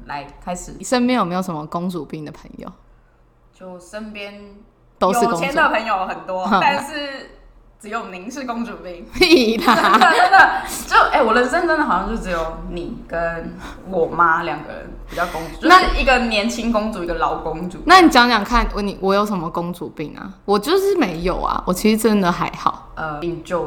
来开始。 你身边有没有什么公主病的朋友？ 就身边都是公主有钱的朋友很多，但是只有您是公主病。 屁啦！ 真的，就我人生真的好像就只有你跟我妈两个人比较公主，就是一个年轻公主，一个老公主。 那你讲讲看，我有什么公主病啊？我就是没有啊，我其实真的还好。 病就是，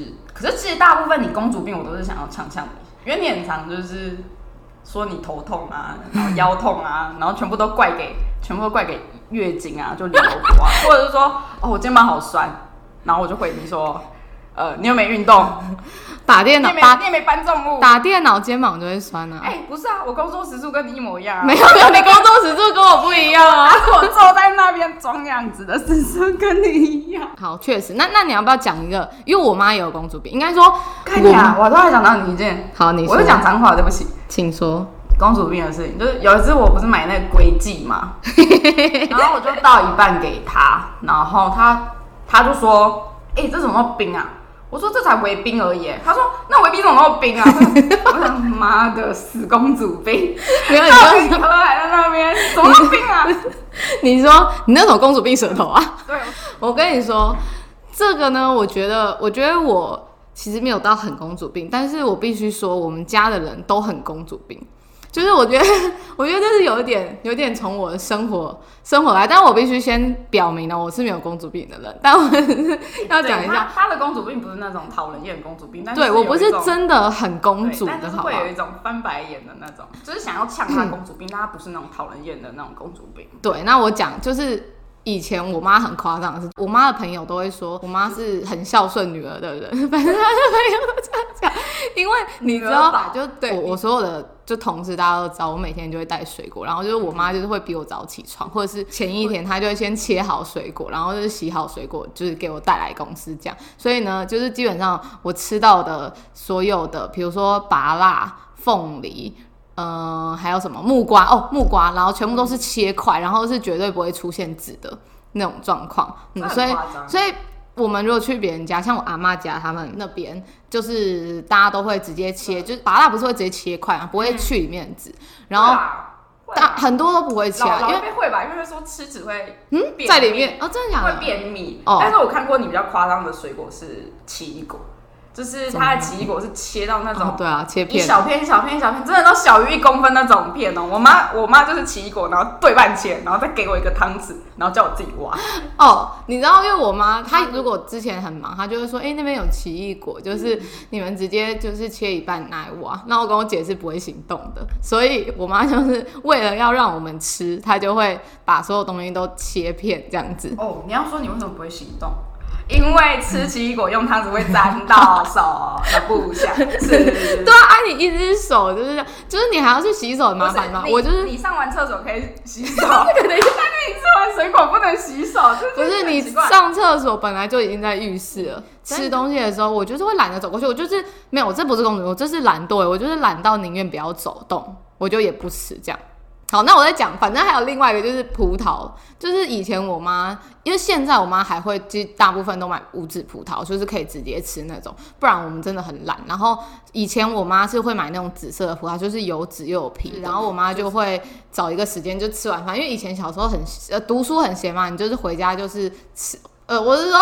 可是其实大部分你公主病我都是想要呛呛你，因为你很常就是说你头痛啊，然后腰痛啊，然后全部都怪给月经啊，就理由不啊，或者是说我肩膀好酸，然后我就回你说，你又没运动， 打电脑， 你也没搬重物， 打电脑肩膀就会酸啊。 不是啊，我工作时数跟你一模一样啊。 没有，你工作时数跟我不一样啊。 但是我坐在那边装样子的时数跟你一样。 好，确实，那你要不要讲一个？因为我妈也有公主病，应该说， 看你啊，我突然想到你一件， 好，你说， 我就讲脏话，对不起， 请说。 公主病的事情，就是有一次我不是买那个龟记嘛，然后我就倒一半给他，然后他就说，这怎么冰啊？我说这才微冰而已。他说那微冰怎么那么冰啊？我想妈的死公主病， 没有你就喝还在那边怎么冰啊？ 你说你那种公主病舌头啊？ 对， 我跟你说这个呢，我觉得我其实没有到很公主病，但是我必须说我们家的人都很公主病。就是我觉得这是有点从我的生活来，但我必须先表明了我是没有公主病的人，但我要讲一下， 他的公主病不是那种讨人厌的公主病，但是对我不是真的很公主的， 但是会有一种翻白眼的那种，就是想要呛他公主病，但他不是那种讨人厌的那种公主病。 对，那我讲就是。以前我妈很夸张的是，我妈的朋友都会说我妈是很孝顺女儿的人，反正她的朋友都这样讲，因为你知道吧，就对我所有的就同事大家都知道，我每天就会带水果，然后就是我妈就是会比我早起床，或者是前一天她就会先切好水果，然后就是洗好水果，就是给我带来公司这样，所以呢，就是基本上我吃到的所有的，比如说芭乐、凤梨。还有什么木瓜，然后全部都是切块，然后是绝对不会出现籽的那种状况。所以我们如果去别人家，像我阿嬷家他们那边，就是大家都会直接切，就是芭乐不是会直接切块嘛，不会去里面的籽，然后很多都不会切， 因为会吧，因为会说吃籽会在里面真的假的会便秘。但是我看过你比较夸张的水果是奇异果。就是它的奇异果是切到那种， 对啊，切片， 一小片，真的都小于1公分那种片哦。我妈就是奇异果，然后对半切，然后再给我一个汤匙，然后叫我自己挖。 你知道，因为我妈她如果之前很忙，她就会说，那边有奇异果，就是你们直接就是切一半拿来挖。那我跟我姐是不会行动的，所以我妈就是为了要让我们吃，她就会把所有东西都切片这样子。 你要说你为什么不会行动？因为吃奇异果用汤匙会沾到手，不想吃。 对啊，你一只手就是你还要去洗手，很麻烦吗？我就是你上完厕所可以洗手，但是你吃完水果不能洗手， 不是你上厕所本来就已经在浴室了。吃东西的时候，我就是会懒得走过去，我就是没有，这不是公主，我这是懒惰，我就是懒到宁愿不要走动，我就也不吃这样。好，那我在讲，反正还有另外一个就是葡萄，就是以前我妈，因为现在我妈还会，其实大部分都买无籽葡萄，就是可以直接吃那种，不然我们真的很懒。然后以前我妈是会买那种紫色的葡萄，就是有籽又有皮，然后我妈就会找一个时间就吃完饭，因为以前小时候读书很闲嘛，你就是回家就是吃。我是说，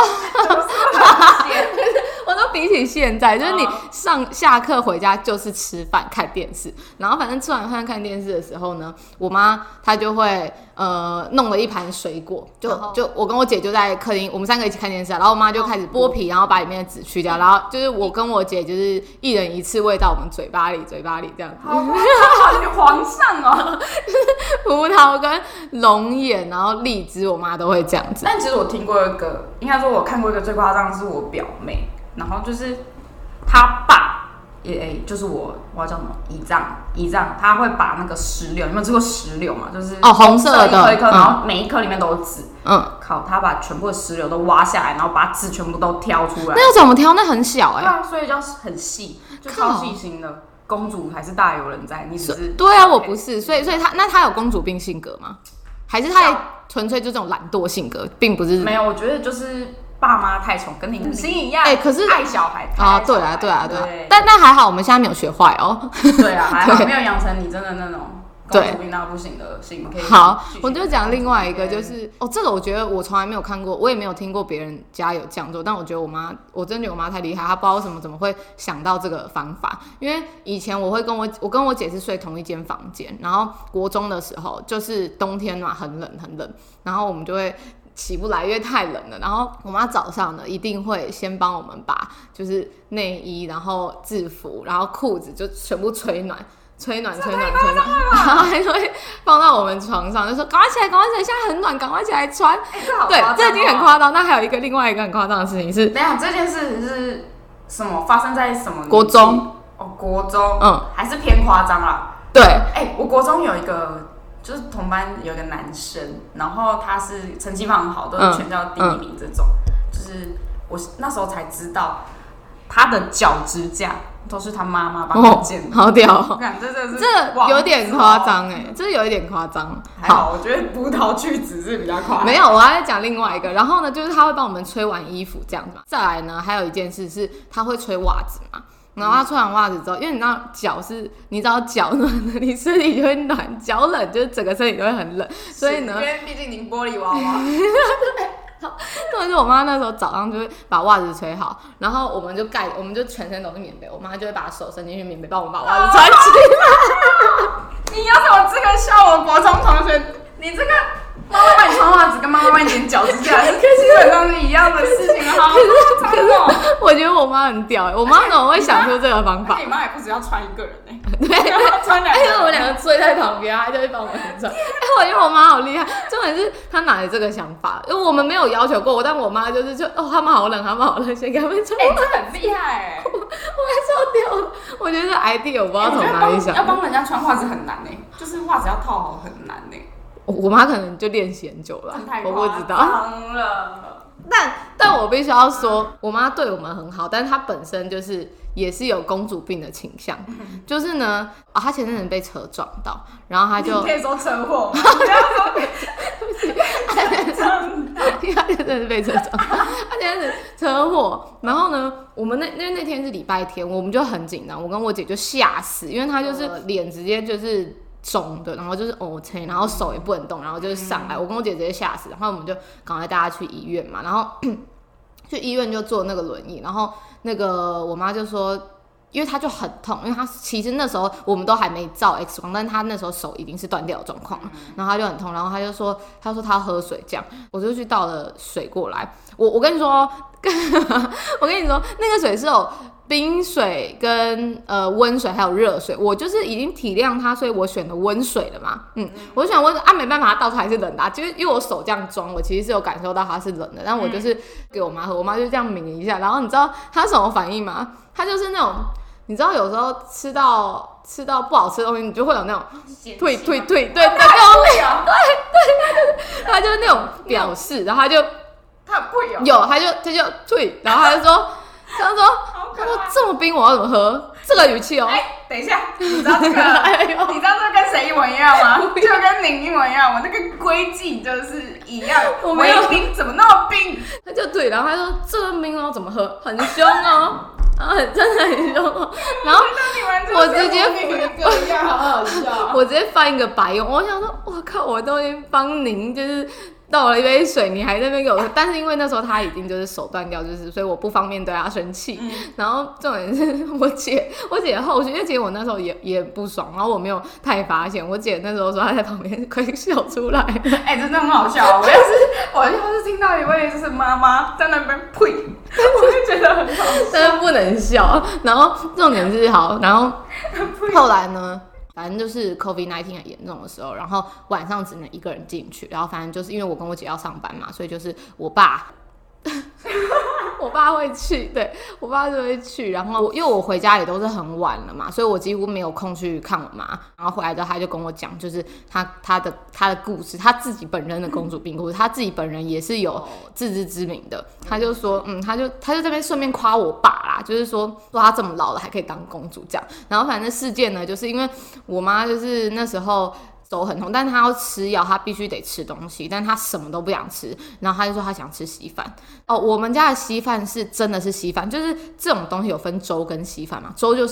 我都比起现在，就是你下课回家就是吃饭看电视，然后反正吃完饭看电视的时候呢，我妈她就会弄了一盘水果，就我跟我姐就在客厅，我们3个一起看电视，然后我妈就开始剥皮，然后把里面的籽去掉，然后就是我跟我姐就是一人一次喂到我们嘴巴里这样子。 好皇上哦， 葡萄跟龙眼，然后荔枝，我妈都会这样子。 但其实我听过一个，应该说我看过一个最夸张的是我表妹，然后就是她爸，就是我要叫什么姨丈，他会把那个石榴，你们吃过石榴吗？就是红色的一颗，然后每一颗里面都有籽。他把全部的石榴都挖下来，然后把籽全部都挑出来。 那要怎么挑？那很小对啊，所以就很细，就超细心的。公主还是大有人在，你只是对啊，我不是，所以他有公主病性格吗？还是他纯粹就这种懒惰性格，并不是没有？我觉得就是爸妈太宠，跟你心一样。 可是爱小孩对啊，但还好，我们现在没有学坏哦。 对啊，还好没有养成你真的那种公主病到不行的型可以。 好，我就讲另外一个，就是这个我觉得我从来没有看过，我也没有听过别人家有这样做，但我觉得我真的觉得我妈太厉害，她不知道怎么会想到这个方法。因为以前我跟我姐是睡同一间房间，然后国中的时候就是冬天嘛，很冷，然后我们就会起不来，因为太冷了。然后我妈早上呢一定会先帮我们把就是内衣，然后制服，然后裤子就全部吹暖，然后还会放到我们床上，就说赶快起来，现在很暖，赶快起来穿。对，这已经很夸张。那还有另外一个很夸张的事情是， 等一下这件事是什么？发生在什么？ 国中。 国中，还是偏夸张啦。 对， 我国中有一个。就是同班有一个男生，然后他是成绩非常好，都是全校第一名这种。就是我那时候才知道，他的脚趾甲都是他妈妈帮他剪的。 好屌哦！ 这有点夸张这有一点夸张。 好，我觉得葡萄去籽是比较夸张。 没有，我要再讲另外一个。然后呢，就是他会帮我们吹完衣服这样子嘛。再来呢，还有一件事是他会吹袜子嘛。然后他穿完袜子之后，因为你知道你知道脚暖了，你身体就会暖；脚冷，就是整个身体都会很冷。所以呢， 因为毕竟你玻璃娃娃。 重点是我妈那时候早上就会把袜子吹好，然后我们就全身都是棉被，我妈就会把手伸进去棉被，帮我们把袜子穿起来。 你有什么资格笑我国中同学？你这个妈妈帮你穿袜子跟妈妈帮你剪脚趾甲，基本上是一样的事情。好，可是我觉得我妈很屌我妈怎么会想出这个方法？ 你妈也不只要穿一个人对， 穿两个人。 因为我们两个睡在旁边，她就会帮我们穿。我觉得我妈好厉害，重点是她哪来这个想法？因为我们没有要求过，但我妈就是他们好冷，先给他们穿。 这很厉害我还超屌的。我觉得这 idea 我不知道从哪里想。 要帮人家穿袜子很难就是袜子要套好很难我妈可能就练习很久了，我不知道。但我必须要说，我妈对我们很好，但是她本身就是也是有公主病的倾向，就是呢，她前阵子被车撞到，然后她就你可以说车祸吗？不要说， 她前阵子被车撞，她前阵子车祸，然后呢，我们因为那天是礼拜天，我们就很紧张，我跟我姐就吓死，因为她就是脸直接就是肿的，然后就是OK，然后手也不能动，然后就是上来，我跟我姐直接吓死，然后我们就赶快带她去医院嘛，然后去医院就坐那个轮椅，然后那个我妈就说，因为她就很痛，因为她其实那时候我们都还没照 X 光，但是她那时候手已经是断掉的状况了，然后她就很痛，然后她说她要喝水这样，我就去倒了水过来，我跟你说，我跟你说那个水是有冰水跟温水还有热水，我就是已经体谅它，所以我选了温水了嘛。我选温水没办法，它倒出来是冷的就是因为我手这样装，我其实是有感受到它是冷的，但我就是给我妈喝，我妈就这样抿一下，然后你知道她什么反应吗？她就是那种，你知道有时候吃到不好吃的东西，你就会有那种退，对，她就是那种表示，然后她会她就退，然后她就说。他说这么冰我要怎么喝？这个语气等一下，你知道这个跟谁一模一样吗？就跟您一模一样，我那个规矩就是一样。我没有冰，怎么那么冰？ 他就对，然后他说这个冰怎么喝？很凶然后真的很凶然后我直接好笑， 我直接翻一个白眼，我想说，我靠，我都已经帮您就是倒了一杯水，你还在那边给我喝，但是因为那时候他已经就是手断掉，就是所以我不方便对他生气。然后重点是我姐后续，因为其实我那时候也不爽，然后我没有太发现，我姐那时候说她在旁边快笑出来了。 真的很好笑。我要是听到一位就是妈妈在那边呸，我就觉得很好笑， 但是不能笑。然后重点是好，然后后来呢？反正就是 COVID-19 很严重的时候，然后晚上只能一个人进去，然后反正就是因为我跟我姐要上班嘛，所以就是我爸会去，对，我爸就会去，然后因为我回家也都是很晚了嘛，所以我几乎没有空去看我妈。然后回来之后，他就跟我讲，就是他的故事，他自己本人的公主病故事，他自己本人也是有自知之明的。他就说，他就这边顺便夸我爸啦，就是说他这么老了还可以当公主这样。然后反正事件呢，就是因为我妈就是那时候手很痛，但他要吃药，他必须得吃东西，但他什么都不想吃，然后他就说他想吃稀饭。我们家的稀饭是真的是稀饭，就是这种东西有分粥跟稀饭嘛，粥就是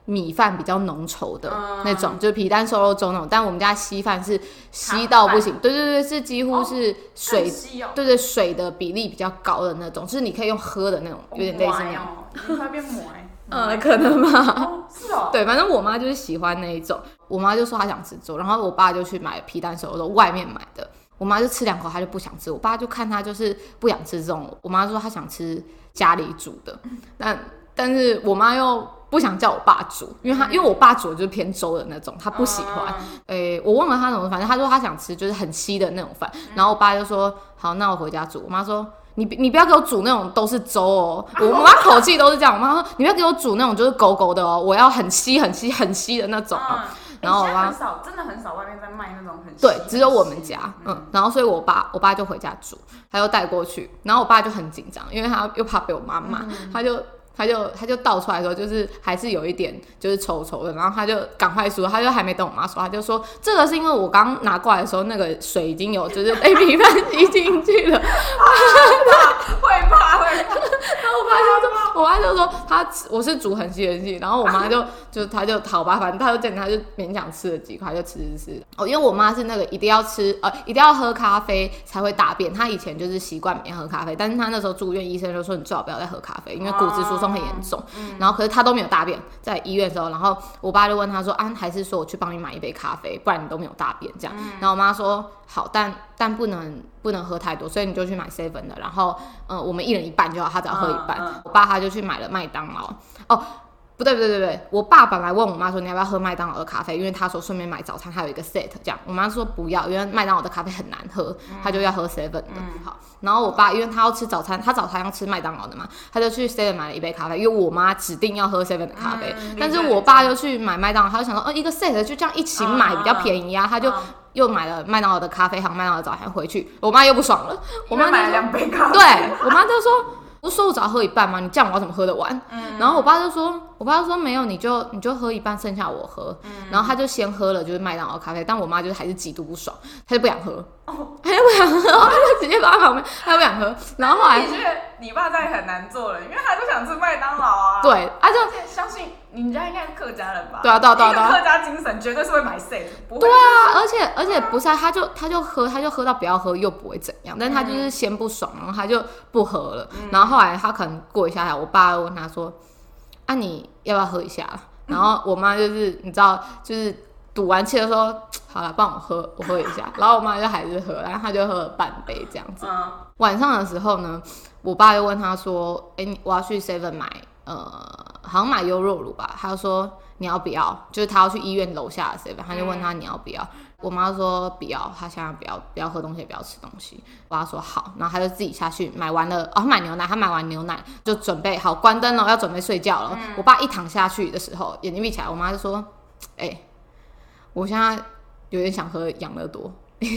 米饭比较浓稠的那种，就是皮蛋瘦肉粥那种。但我们家稀饭是稀到不行，对对对，是几乎是水，对对，水的比例比较高的那种，就是你可以用喝的那种，有点类似那种。 你快变馍可能吧。 是哦。 对，反正我妈就是喜欢那一种，我妈就说她想吃粥，然后我爸就去买皮蛋瘦肉粥，外面买的。我妈就吃2口，她就不想吃。我爸就看她就是不想吃这种，我妈说她想吃家里煮的，但是我妈又不想叫我爸煮，因为我爸煮的就是偏粥的那种，他不喜欢。我忘了他怎么，反正他说他想吃就是很稀的那种饭，然后我爸就说好，那我回家煮。我妈说你不要给我煮那种都是粥哦，我妈口气都是这样。我妈说你不要给我煮那种就是狗狗的哦，我要很稀很稀很稀的那种。然后我妈真的很少外面在卖那种很稀， 对，只有我们家。然后所以我爸就回家煮，他就带过去，然后我爸就很紧张，因为他又怕被我妈骂，他就倒出来的时候，就是还是有一点就是稠稠的，然后他就赶快说，他就还没等我妈说，他就说这个是因为我刚拿过来的时候，那个水已经有就是被米饭吸进去了， 会怕。 然后我爸就说我是煮很稀很稀，然后我妈他就好吧，反正他就勉强吃了几块就吃。因为我妈是那个一定要喝咖啡才会大便，她以前就是习惯每天喝咖啡，但是她那时候住院，医生就说你最好不要再喝咖啡，因为骨质疏松很严重。然后可是她都没有大便，在医院的时候，然后我爸就问她说还是说我去帮你买一杯咖啡，不然你都没有大便这样。然后我妈说好，但不能喝太多，所以你就去买 7的，然后我们一人一半就好，他只要喝一半。我爸他就去买了麦当劳。不对，我爸本来问我妈说你要不要喝麦当劳的咖啡，因为他说顺便买早餐还有一个 set 这样。我妈说不要，因为麦当劳的咖啡很难喝，他就要喝 7的。好，然后我爸因为他要吃早餐，他早餐要吃麦当劳的嘛，他就去 7买了一杯咖啡，因为我妈指定要喝7的咖啡。但是我爸就去买麦当劳，他就想说一个 set 就这样一起买比较便宜啊，他就又买了麦当劳的咖啡和麦当劳的早餐回去。我妈又不爽了，我妈买了2杯咖啡。 对，我妈就说不是说我只要喝一半吗？你这样我要怎么喝得完？然后我爸就说没有，你就喝一半，剩下我喝。然后他就先喝了就是麦当劳咖啡，但我妈就是还是极度不爽，她就不想喝，她就不想喝，她就直接放在旁边，她就不想喝。然后后来的确你爸在很难做了，因为他就想吃麦当劳啊。 对，就相信你们家应该是客家人吧？ 对啊， 客家精神绝对是会买 set， 不会。 对啊，而且不是他就喝到不要喝又不会怎样，但是他就是先不爽，然后他就不喝了。然后后来他可能过一下，我爸问他说：“啊，你要不要喝一下？”然后我妈就是你知道，就是赌完气的说：“好了，帮我喝一下。”然后我妈就还是喝，然后他就喝了半杯这样子。晚上的时候呢，我爸就问他说：“我要去 7买好像买优酪乳吧？”他就说：“你要不要？”就是他要去医院楼下的 7，他就问他你要不要？我妈说不要，她现在不要喝东西，也不要吃东西。我爸说好，然后他就自己下去买完了，他买牛奶，他买完牛奶就准备好关灯了，要准备睡觉了。我爸一躺下去的时候，眼睛闭起来，我妈就说：“我现在有点想喝养乐多。”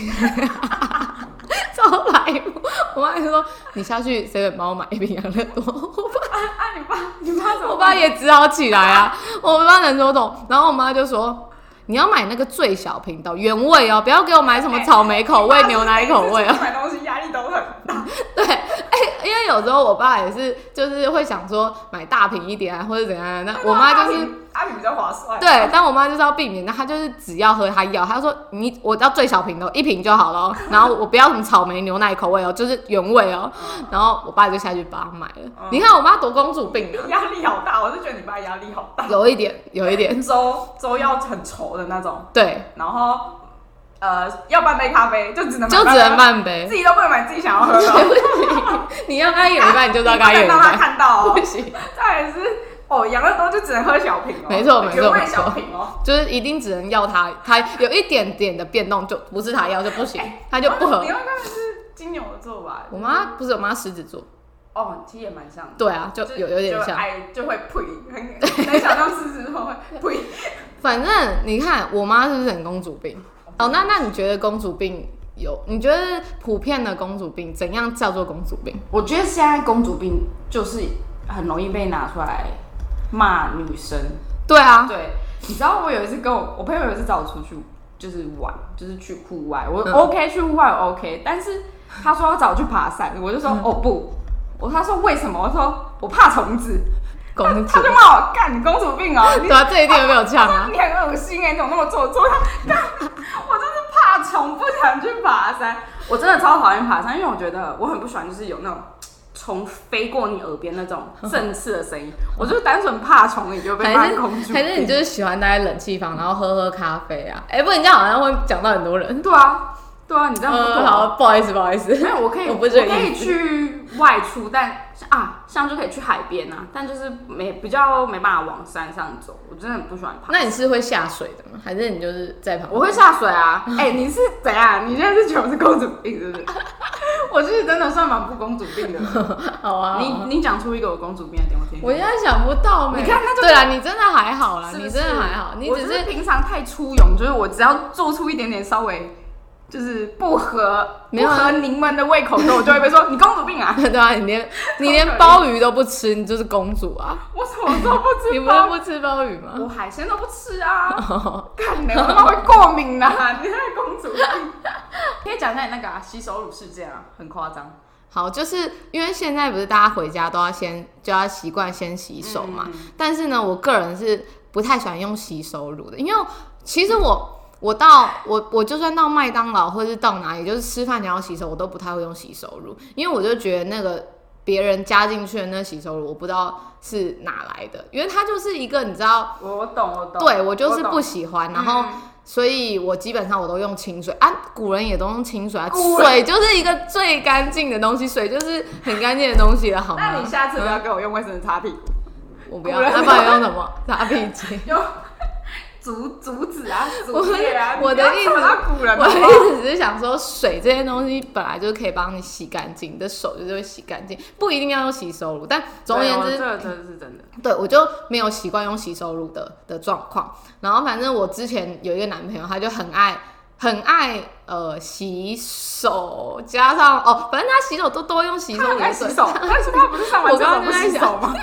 超白目，我妈就说：“你下去 7帮我买一瓶养乐多。” 你爸怎么？ 我爸也只好起来啊，我爸能说懂。然后我妈就说：“你要买那个最小瓶的原味哦，不要给我买什么草莓口味、牛奶口味哦。” 买东西压力都很大。 对，因为有时候我爸也是，就是会想说买大瓶一点啊，或者怎样。那我妈就是大瓶比较划算。 对，但我妈就是要避免，那她就是只要喝她要，她说我要最小瓶的，1瓶就好了，然后我不要什么草莓牛奶口味哦，就是原味哦。然后我爸就下去帮她买了。你看我妈多公主病啊， 压力好大，我是觉得你爸压力好大。 有一点。 粥要很稠的那种。 对， 然后要半杯咖啡就只能半杯， 自己都不能买自己想要喝的。 你要跟他一人一半，你就知道跟他一人一半， 让他看到哦。 不行。 再来是养乐多就只能喝小瓶哦， 没错， 原味小瓶哦， 就是一定只能要他有一点点的变动，就不是他要就不行，他就不喝。 你妈该是金牛座吧？ 我妈不是，我妈狮子座。 其实也蛮像的。 对啊，就有点像， 就会呸，很想让狮子座会呸。 反正你看，我妈是不是很公主病？那你觉得公主病你觉得普遍的公主病怎样叫做公主病？ 我觉得现在公主病就是很容易被拿出来骂女生。 对啊， 对，你知道我有一次我朋友有一次找我出去就是玩，就是去户外，我 OK 去户外 OK， 但是他说要找我去爬山，我就说不。他说为什么？我说我怕虫子。 公主， 他就骂我干你公主病哦， 对啊，这一定有没有呛啊？ 你很恶心你怎么那么做作？我真是怕虫，不想去爬山。我真的超讨厌爬山，因为我觉得我很不喜欢，就是有那种虫飞过你耳边那种振翅的声音。我就单纯怕虫，你就被骂公主病。 还是你就是喜欢待在冷气房，然后喝咖啡啊？不然你这样好像会讲到很多人。 对啊，你这样不对。 好，不好意思。没有，我可以去外出，但像就可以去海边啊，但就是比较没办法往山上走。我真的很不喜欢爬。 那你是会下水的吗？还是你就是在旁边？ 我会下水啊。你是怎样？你现在是觉得我是公主病是不是？我其实真的算蛮不公主病的。 好啊， 你讲出一个我公主病的点我听。 我现在想不到。你看，那就对啦，你真的还好啦，你真的还好，你只是平常太粗勇，就是我只要做出一点点稍微。就是不合您们的胃口之后，我就会被说你公主病啊！ 对啊，你连鲍鱼都不吃，你就是公主啊！ 我什么都不吃， 你不是不吃鲍鱼吗？ 我海鲜都不吃啊！干你，我他妈会过敏啊！你那公主病，可以讲一下你那个洗手乳事件啊，很夸张。 好，就是因为现在不是大家回家都要习惯先洗手嘛，但是呢，我个人是不太喜欢用洗手乳的，因为其实我就算到麦当劳或是到哪里，就是吃饭你要洗手，我都不太会用洗手乳，因为我就觉得那个别人加进去的那洗手乳，我不知道是哪来的，因为它就是一个你知道， 我懂， 对我就是不喜欢，然后所以我基本上我都用清水啊，古人也都用清水啊，水就是一个最干净的东西，水就是很干净的东西了，好吗？ 那你下次不要给我用卫生纸擦屁股， 我不要，那不然用什么擦屁机？ 竹子啊，竹叶啊， 我的意思只是想说，水这些东西本来就是可以帮你洗干净，你的手就是会洗干净，不一定要用洗手乳。但总而言之， 这个真的是真的。 对，我就没有习惯用洗手乳的状况。然后反正我之前有一个男朋友，他就很爱洗手，加上反正他洗手都会用洗手乳洗手，但是他不是上完厕所不洗手吗？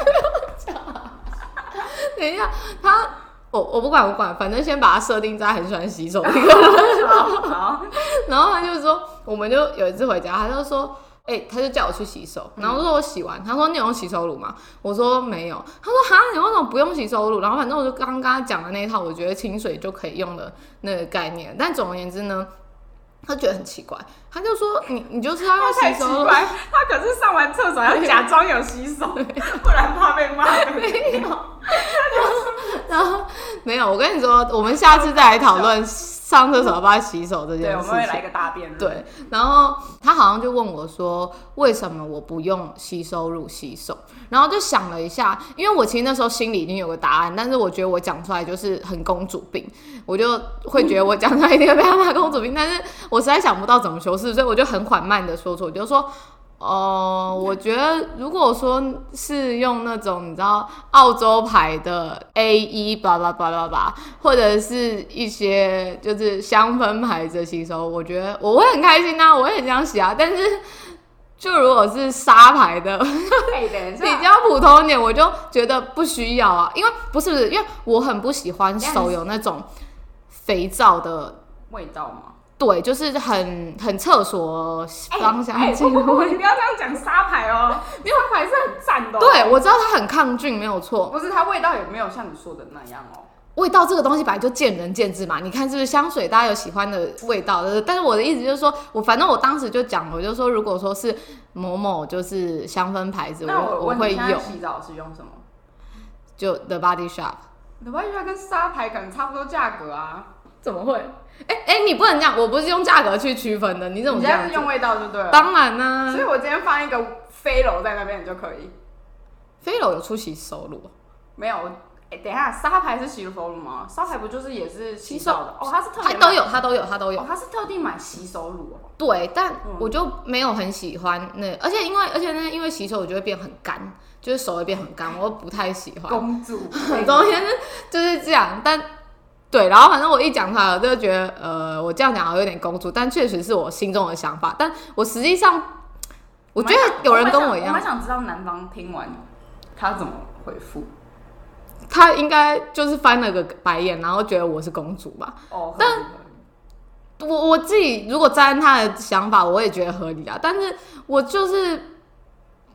等一下，我不管，反正先把他设定在很喜欢洗手的一个人。 好， 然后他就说，我们就有一次回家，他就说，他就叫我去洗手，然后我说我洗完，他说你有用洗手乳吗？我说没有，他说哈，你为什么不用洗手乳？然后反正我就刚刚跟他讲的那一套，我觉得清水就可以用的那个概念。但总而言之呢，他觉得很奇怪，他就说你就是要用洗手乳。 他可是上完厕所要假装有洗手，不然怕被骂。 没有。然后没有，我跟你说，我们下次再来讨论上厕所要不要洗手这件事情。 对，我们会来一个大辩论。 对，然后他好像就问我说，为什么我不用洗手乳洗手？然后就想了一下，因为我其实那时候心里已经有个答案，但是我觉得我讲出来就是很公主病，我就会觉得我讲出来一定会被他骂公主病，但是我实在想不到怎么修饰，所以我就很缓慢的说出，我就说。我觉得如果说是用那种你知道澳洲牌的 A1 巴拉巴拉吧，或者是一些就是香氛牌的洗手，我觉得我会很开心啊，我会很想洗啊。但是就如果是沙牌的，比较普通一点，我就觉得不需要啊，因为不是，因为我很不喜欢手有那种肥皂的味道吗？ 对，就是很厕所芳香剂的味。 你不要这样讲沙牌哦，沙牌是很赞的。 对，我知道它很抗菌，没有错。 不是，它味道也没有像你说的那样哦。 味道这个东西本来就见仁见智嘛，你看是不是香水大家有喜欢的味道？但是我的意思就是说，反正我当时就讲了，我就说如果说是某某就是香氛牌子，我会用。 洗澡是用什么？ 就 The Body Shop。The Body Shop 跟沙牌可能差不多价格啊。 怎么会？你不能这样，我不是用价格去区分的，你怎么这样？ 你现在是用味道就对了。 当然啦、 所以我今天放一个飞楼在那边，你就可以。 飞楼有出洗手乳？ 没有。等一下，沙牌是洗手乳吗？沙牌不就是也是洗手的？它是特地它都有。 它是特地买洗手乳哦。 对，但我就没有很喜欢那，而且因为洗手我就会变很干，就是手会变很干，我不太喜欢。 公主。 总而言之就是这样，但。对，然后反正我一讲出来，我就觉得，我这样讲好像有点公主，但确实是我心中的想法。但我实际上，我觉得有人跟我一样， 我蛮想知道男方听完他怎么回复。 他应该就是翻了个白眼，然后觉得我是公主吧。但我自己如果站在他的想法，我也觉得合理啊。但是我就是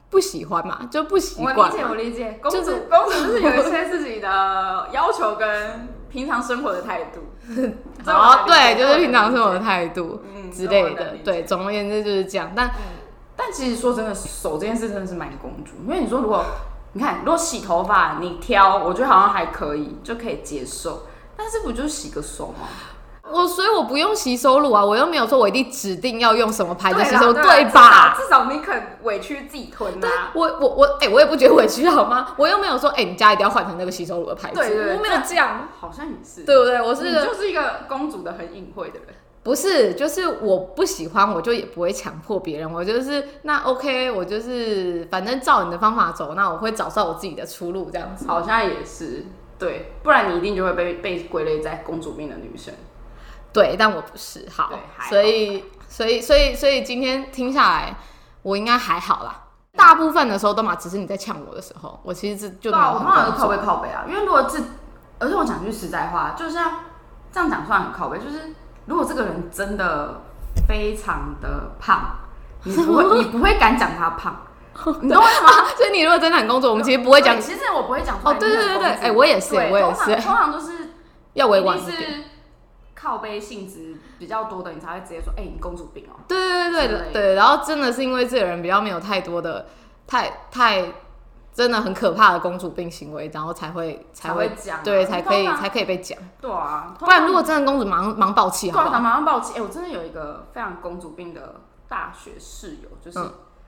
不喜欢嘛，就不习惯。 我理解，公主就是有一些自己的要求跟平常生活的态度。 对，就是平常生活的态度之类的。对，总而言之就是这样。 但其实说真的，手这件事真的是蛮公主，因为你说如果洗头发你挑，我觉得好像还可以，就可以接受。但是不就是洗个手吗？ 所以我不用洗手乳啊，我又没有说我一定指定要用什么牌的洗手乳，对吧？ 至少你肯委屈自己吞啊。 我也不觉得委屈好吗？我又没有说你家一定要换成那个洗手乳的牌子， 对， 我没有这样， 好像也是， 对不对？ 你就是一个公主的很隐晦的人。 不是，就是我不喜欢，我就也不会强迫别人，我就是那 OK， 我就是反正照你的方法走，那我会找到我自己的出路，这样子。 好像也是，对，不然你一定就会被归类在公主病的女生。 对，但我不是。好，所以今天听下来，我应该还好啦。大部分的时候都嘛，只是你在呛我的时候，我其实就没有很我通常都靠背啊，因为如果而且我讲句实在话，就像这样讲算很靠背，就是如果这个人真的非常的胖，你不会敢讲他胖。你懂我意思吗？ 所以你如果真的很公主，我们其实不会讲。 其实我不会讲出来。 对，我也是。 通常都是要委婉一点。 靠背性质比较多的，你才会直接说，你公主病哦。 对，然后真的是因为这个人比较没有太多的太真的很可怕的公主病行为，然后才会讲， 对，才可以被讲。 对啊， 不然如果真的公主忙爆气，好不好？ 马上爆气。我真的有一个非常公主病的大学室友，就是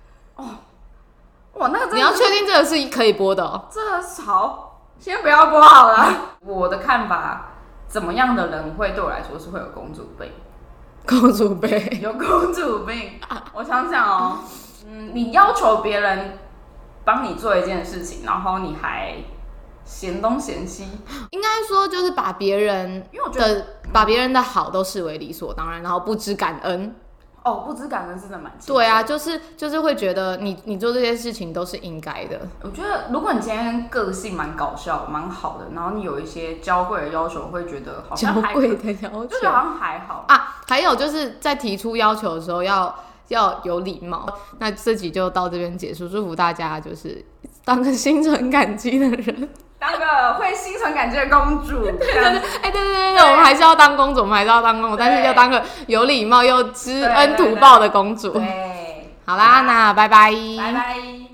哇，那个真的你要确定这个是可以播的哦。 这个好，先不要播好了。我的看法。怎么样的人会对我来说是会有公主病？ 公主病有公主病。我想想哦，你要求别人帮你做一件事情，然后你还嫌东嫌西， 应该说就是把别人的好都视为理所当然，然后不知感恩。 不知感恩真的蛮对啊，就是会觉得你做这些事情都是应该的。 我觉得如果你今天个性蛮搞笑、蛮好的，然后你有一些娇贵的要求，我会觉得好像娇贵的要求， 就好像还好啊。还有就是在提出要求的时候要有礼貌。那这集就到这边结束，祝福大家就是当个心存感激的人。 当个会心存感激的公主， 对，我们还是要当公主，但是要当个有礼貌又知恩图报的公主。 对， 好啦，那拜拜， 拜拜。